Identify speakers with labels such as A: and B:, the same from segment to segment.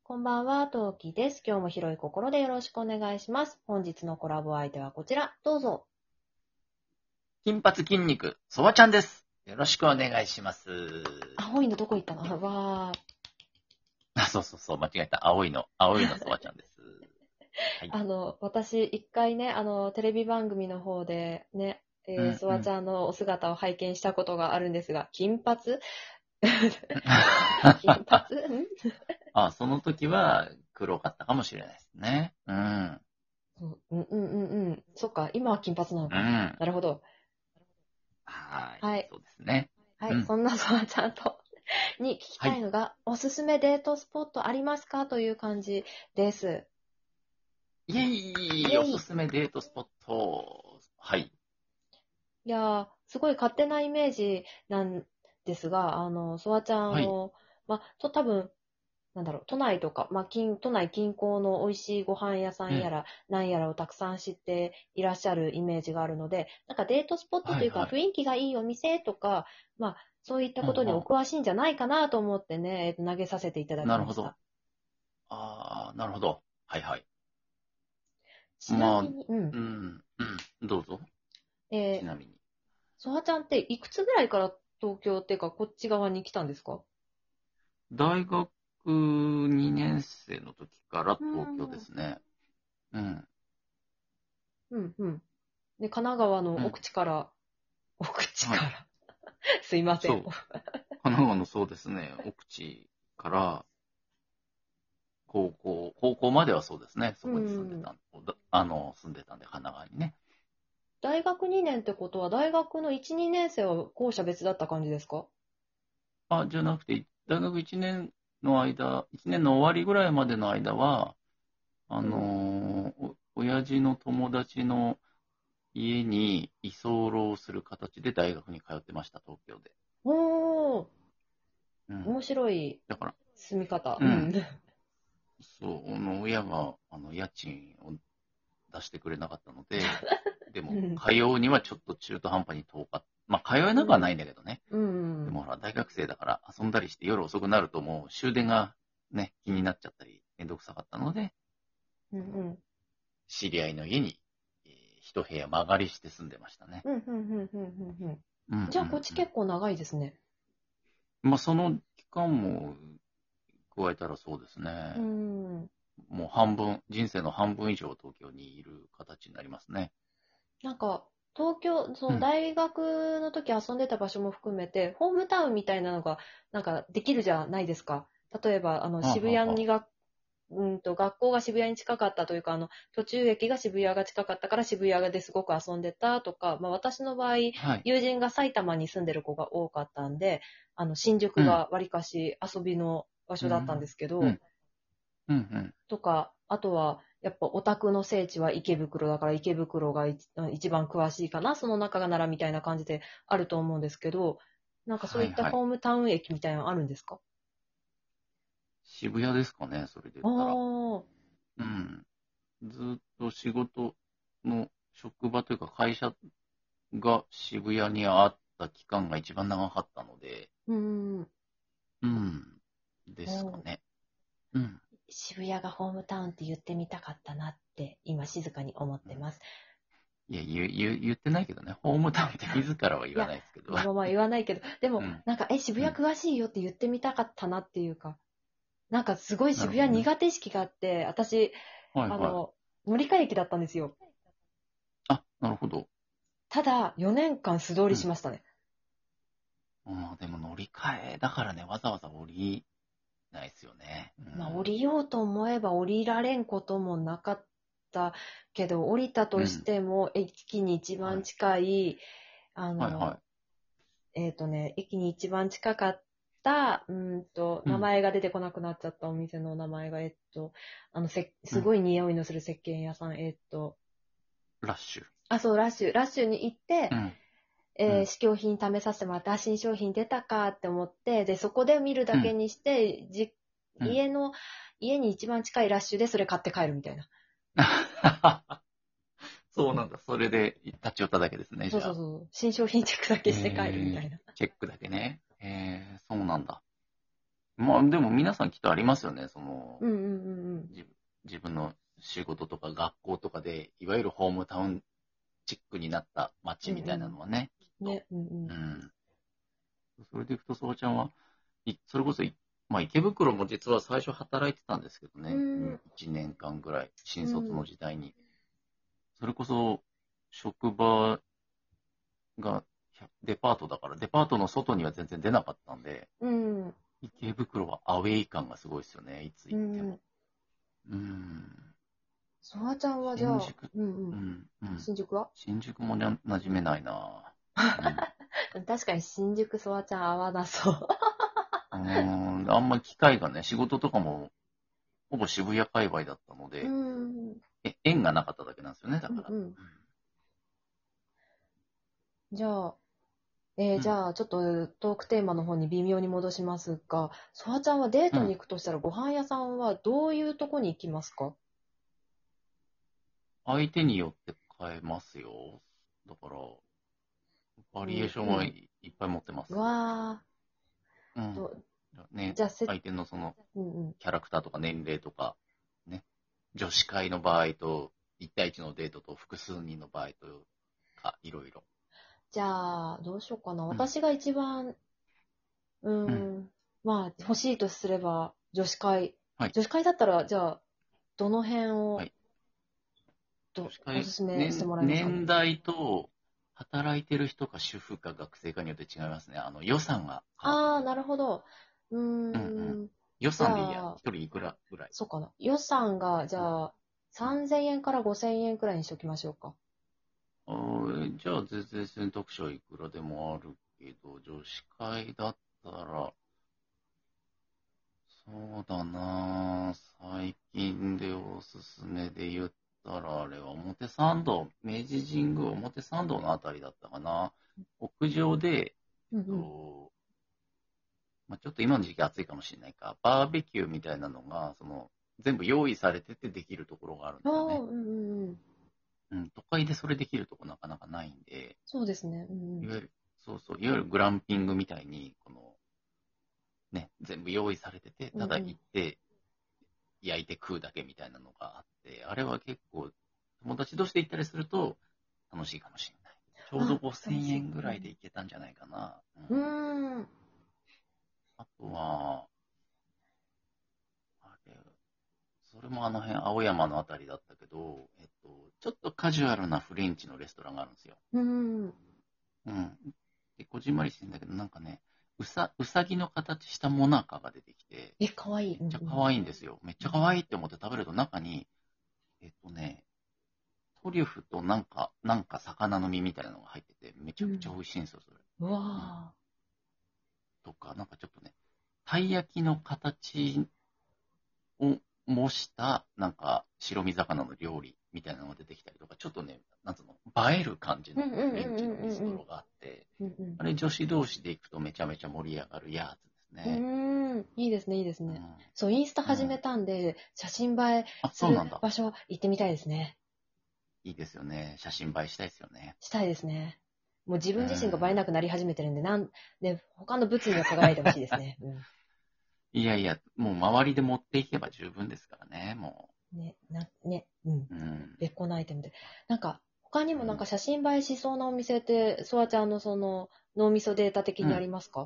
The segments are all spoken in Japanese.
A: こんばんは、トウキです。今日も広い心でよろしくお願いします。本日のコラボ相手はこちら、どうぞ。
B: 金髪筋肉、そばちゃんです。よろしくお願いします。
A: 青いのどこ行ったのわー。
B: そう、間違えた。青いのそばちゃんです。はい。
A: 私、一回ね、テレビ番組の方でね、ソワち
B: うんうん。
A: ゃんのお姿を拝見したことがあるんですが、金髪金髪
B: その時は黒かったかもしれないですね。うん。
A: うん。そっか、今は金髪なのか。
B: うん。
A: なるほど。
B: はい。
A: はい。
B: そうですね。
A: はい。
B: うん。
A: そんなソワちゃんに聞き
B: はい。
A: たいのが、おすすめデートスポットありますかという感じです。
B: イェイおす
A: イェイ。
B: すめデートスポット。はい。
A: いやー、すごい勝手なイメージなんですが、ソワちゃん、
B: はい。
A: 多分、なんだろう、都内とか、都内近郊の美味しいご飯屋さ
B: うん。
A: んやら、なんやらをたくさん知っていらっしゃるイメージがあるので、なんかデートスポットというか、
B: はいはい。
A: 雰囲気がいいお店とか、そういったことにお
B: うんうん。
A: 詳しいんじゃないかなと思ってね、投げさせていただ
B: なるほど。
A: きました。
B: なるほど。はいはい。
A: ちなみに、
B: どうぞ。ち
A: え
B: なみに。
A: ソワちゃんっていくつぐらいから東京っていうか、こっち側に来たんですか？
B: 大学2年生の時から
A: う
B: 東京で
A: ん。
B: すね。うん。
A: うんうん。で、神奈川の
B: うん。
A: 奥地
B: はい。
A: から、すいません。
B: そう。神奈川のそうですね、奥地から高校まではそうですね、そ
A: う
B: こに住んで
A: ん。
B: たん、住んでたんで、神奈川にね。
A: 大学2年ってことは、大学の1、2年生は校舎別だった感じですか？
B: じゃなくて、大学1年の間、1年の終わりぐらいまでの間は、
A: うん。
B: 親父の友達の家に居候する形で大学に通ってました、東京で。
A: おー、
B: うん。
A: 面白い
B: だから、
A: 住み方。
B: うん。
A: うん。
B: そう、親が、家賃を出してくれなかったので、でも、
A: うん。
B: 通うにはちょっと中途半端に遠かった。まあ、通えなくはな
A: うん。
B: いんだけどね。
A: うん。
B: でもほら、大学生だから遊んだりして夜遅くなるともう終電がね、気になっちゃったり、めんどくさかったので、
A: うん。
B: あの、
A: うん。
B: 知り合いの家に、一部屋間借りして住んでましたね。
A: うん。うん。うん。うん。
B: うんうん
A: じゃあ、こっち
B: うん。
A: 結構長いですね。
B: まあ、その期間も加えたらそうです
A: う
B: ね。
A: ん。
B: もう人生の半分以上東京にいる形になりますね。
A: なんか、東京、そ
B: うん。
A: の大学の時遊んでた場所も含めて、ホームタウンみたいなのが、なんかできるじゃないですか。例えば、
B: はあ、
A: 渋
B: はあは
A: 谷に学校が渋谷に近かったというか、途中駅が渋谷が近かったから渋谷ですごく遊んでたとか、私の場合、
B: あ、はい。
A: 友人が埼玉に住んでる子が多かったんで、新宿
B: うん。
A: がわりかし遊びの場所だったんで
B: うん。
A: すけど、
B: うん。うん。うん。
A: とか、あとは、やっぱオタクの聖地は池袋だから池袋が一番詳しいかな、その中がならみたいな感じであると思うんですけど、なんかそういった
B: はいはい。
A: ホームタウン駅みたいなのあるんですか？
B: 渋谷ですかね、それで言
A: あ
B: ったら。
A: あ、
B: うん。ずっと仕事の職場というか会社が渋谷にあった期間が一番長かったので、
A: うん。
B: うん。ですか
A: お
B: ね。うん。
A: 渋谷がホームタウンって言ってみたかったなって今静かに思ってます。
B: いや、言ってないけどね。ホームタウンって自らは言
A: いや、
B: わないですけど。
A: 言わないけど、でも
B: うん。
A: なんか、渋
B: うん。
A: 谷詳しいよって言ってみたかったなっていうか、なんかすごい渋谷
B: なるほどね。
A: 苦手意識があって、私、
B: はいはい。
A: あの、乗り換え駅だったんですよ。
B: なるほど。
A: ただ、4年間素通
B: うん。
A: りしましたね。
B: でも乗り換えだからね、わざわざ降りないですよね。うん。
A: 降りようと思えば降りられんこともなかったけど、降りたとし
B: うん。
A: ても、駅に一番
B: はい。
A: 近い、あ
B: はいは
A: の、駅に一番近かった、
B: い。うん。
A: 名前が出てこなくなっちゃったお店の名前が、
B: うん。
A: すごい匂いのする石鹸屋さん、
B: ラッシュ。
A: そう、ラッシュに行って、
B: うん。うん。
A: 試供品試させてもらって、新商品出たかって思って、で、そこで見るだけ
B: うん。
A: にして、
B: うん。
A: 家に一番近いラッシュでそれ買って帰るみたいな。
B: そうなんだ。それで立ち寄っただけですね、
A: そう
B: じゃあ。
A: そうそう。新商品チェックだけして帰るみたいな。
B: チェックだけね。そうなんだ。 まあでも皆さんきっとありますよね。
A: うんうんうん
B: 自分の仕事とか学校とかで、いわゆるホームタウンチックになった
A: うん。
B: 街みたいなのはね、きっと。
A: ね、うんうん。
B: うん。それでいくと、そうちゃんは、それこそまあ池袋も実は最初働いてたんですけどね、
A: うん、
B: 1年間ぐらい、新卒の
A: うん、
B: 時代に。それこそ、職場がデパートだから、デパートの外には全然出なかったんで、
A: うん、
B: 池袋はアウェイ感がすごいですよね、いつ
A: うん。
B: 行っても。うん。
A: ソワちゃんはじゃあ、
B: 新宿、
A: うんうん。
B: うんうん。
A: 新宿は
B: 新宿も馴染めないな。うん。
A: 確かに新宿ソワちゃん合わなそう。
B: あんまり機会がね、仕事とかもほぼ渋谷界隈だったの
A: う
B: で、
A: ん、
B: 縁がなかっただけなんですよね、だから。
A: うんうん。じゃあ、じ
B: うん。
A: ゃあ、ちょっとトークテーマの方に微妙に戻しますが、ソワちゃんはデートに
B: うん。
A: 行くとしたら、ご飯屋さんはどういうとこに行きますか？
B: 相手によって変えますよ。だから、バリエーションは
A: うん。
B: いっぱい持ってます。
A: わ
B: うん。
A: ー、
B: ね、
A: じゃあ、
B: 相手のその
A: うんうん。
B: キャラクターとか年齢とか、ね、女子会の場合と、1対1のデートと複数人の場合とか、いろいろ。
A: じゃあ、どうしようかな。
B: うん。
A: 私が一番、
B: うん。
A: まあ、欲しいとすれば、女子会。
B: はい。
A: 女子会だったら、じゃあ、どの辺を、
B: はい。女子会、
A: おすすめしてもらえますかね。
B: 年代と、働いてる人か主婦か学生かによって違いますね。予算が変わって
A: ああ、
B: くる。
A: なるほど。
B: うんうん。予
A: じ
B: 算でいいや。
A: ゃあ、
B: 一人いくらぐらい。
A: そうかな。予算が、じ
B: うん。
A: ゃあ、
B: うん。
A: 3000円から5000円くらいにしときましょうか。
B: じゃあ、全然選択肢はいくらでもあるけど、女子会だったら、そうだなぁ。最近でおすすめで言ったら、あれは表参道、明治神宮表参道のあたりだったかな。屋上で、
A: うんうん。
B: まあ、ちょっと今の時期暑いかもしれないか、バーベキューみたいなのが、全部用意されててできるところがあるんで
A: ああ、
B: すよね。
A: うんうんうん。
B: うん、都会でそれできるとこなかなかないんで、
A: そうですね。うんうん。
B: いわゆる、そうそう、いわゆるグランピングみたいに、ね、全部用意されてて、ただ
A: うんうん。
B: 行って焼いて食うだけみたいなのがあって、あれは結構、友達同士で行ったりすると楽しいかもしれない。ちょうど
A: あ、楽
B: 5000
A: しい。
B: 円ぐらいで行けたんじゃないかな。うん、
A: うん。うーん。
B: あとは、あれ、それもあの辺、青山のあたりだったけど、ちょっとカジュアルなフレンチのレストランがあるんですよ。
A: うん。
B: うん。で、こじんまりしてんだけど、なんかね、うさぎの形したモナカが出てきて、
A: え、かわいい。うん
B: めっちゃ可
A: うん。
B: 愛いんですよ。めっちゃ可愛いって思って食べると中に、えっとね、トリュフとなんか魚の身みたいなのが入ってて、めちゃくちゃ
A: うん。
B: 美味しいんですよ、それ。
A: う
B: うん。
A: わ
B: とか、なんかちょっとね、たい焼きの形を模した、なんか白身魚の料理みたいなのが出てきたりとか、ちょっとね、なんつうの、映える感じ
A: ー。うん
B: の
A: うんうん
B: フレンチのビ
A: うん
B: ストロがあって、
A: うんうん。
B: あれ女子同士で行くとめちゃめちゃ盛り上がるやつです
A: う
B: ね。
A: ん。いいですね、いいですね。
B: うん
A: そう、インスタ
B: うん。
A: 始めたんで、写真映え
B: あ、
A: する
B: そうなんだ。
A: 場所行ってみたいですね。
B: いいですよね。写真映えしたいですよね。
A: したいですね。もう自
B: う
A: 分自身が映えな
B: ん。
A: くなり始めてるんで、ね、他の物には輝いてほしいですね。
B: いやいや、もう周りで持っていけば十分ですからね、も
A: うん。
B: う。うん。
A: 別個のアイテムで。なんか、他にもなんか
B: うん。
A: 写真映えしそうなお店って、ソワちゃんのその脳みそデータ的にあ
B: うん。
A: りますか？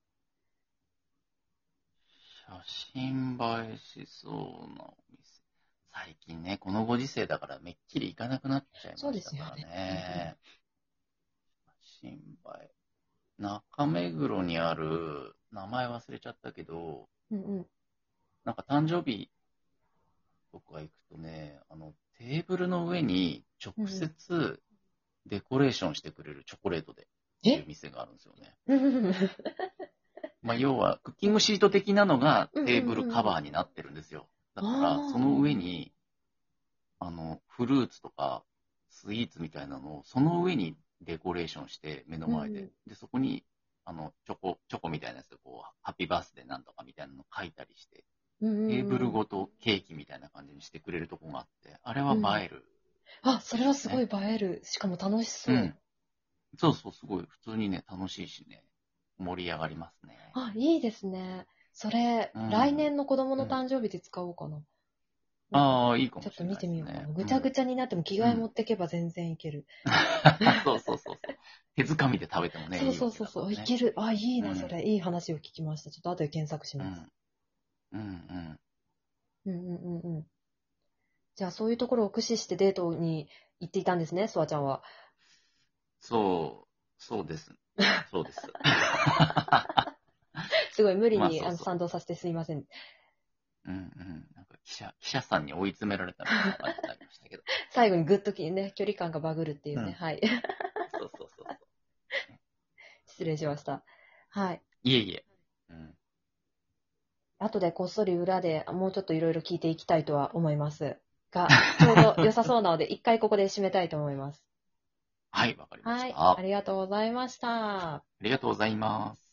B: 写真映えしそうなお店。最近ね、このご時世だからめっきり行かなくなっちゃい
A: そう
B: ましたから
A: ですよね。
B: ね。写真映え。中目黒にある、名前忘れちゃったけど、
A: うんうん。
B: なんか誕生日とか行くとね、テーブルの上に直
A: うんうん。
B: 接デコレーションしてくれるチョコレートでっていう
A: え
B: 店があるんですよね。
A: うんうんうん
B: まあ、要は、クッキングシート的なのが
A: うん
B: テーブルカ
A: うんうん。
B: バーになってるんですよ。だから、そ
A: あ
B: の上に、フルーツとか、スイーツみたいなのを、その上にデコレーションして、目の
A: あ。うん
B: 前で。
A: うん。
B: で、そこに、チョコみたいなやつで、こう、ハッピーバースデーなんとかみたいなの書いたりして、
A: うん
B: テーブル
A: うん
B: ごとケーキみたいな感じにしてくれるとこがあって、あれは
A: うん。うん。
B: 映える
A: あ、そ
B: でしょうね。
A: れはすごい映える。しかも楽しそう。
B: うん。そうそう、すごい、普通にね、楽しいしね、盛り上がりますね。
A: あ、いいですね。 それ、
B: うん
A: 来年の子供の誕生日で使おうかな。
B: ああ、いいかもし
A: ちょっと見
B: れないですね。
A: てみようかな。ぐちゃぐちゃになっても着替え持ってけば全然いける。
B: そうそうそうそう。手づかみで食べてもね、
A: そう
B: いいわけ
A: そうそうそう。
B: だからね。
A: いける。あ、いいな、
B: うん
A: それ。いい話を聞きました。ちょっと後で検索し
B: う
A: ます。
B: ん。うんうん。
A: うんうんうんうん。じゃあ、そういうところを駆使してデートに行っていたんですね、ソワちゃんは。
B: そうです。そうです。
A: すごい無理に
B: まあそうそう。
A: 賛同させてすいません。
B: うんうん。なんか記者さんに追い詰められたみたいな感じになりましたけど。
A: 最後にグッとね、距離感がバグるっていうね。
B: うん。
A: はい。
B: そうそうそうそう。
A: 失礼しました。はい。
B: いえいえ。うん。
A: 後でこっそり裏でもうちょっといろいろ聞いていきたいとは思いますが、ちょうど良さそうなので、一回ここで締めたいと思います。
B: はい、わかりまし
A: はい。
B: た。あ
A: ありがとうございました。
B: りがとうございます。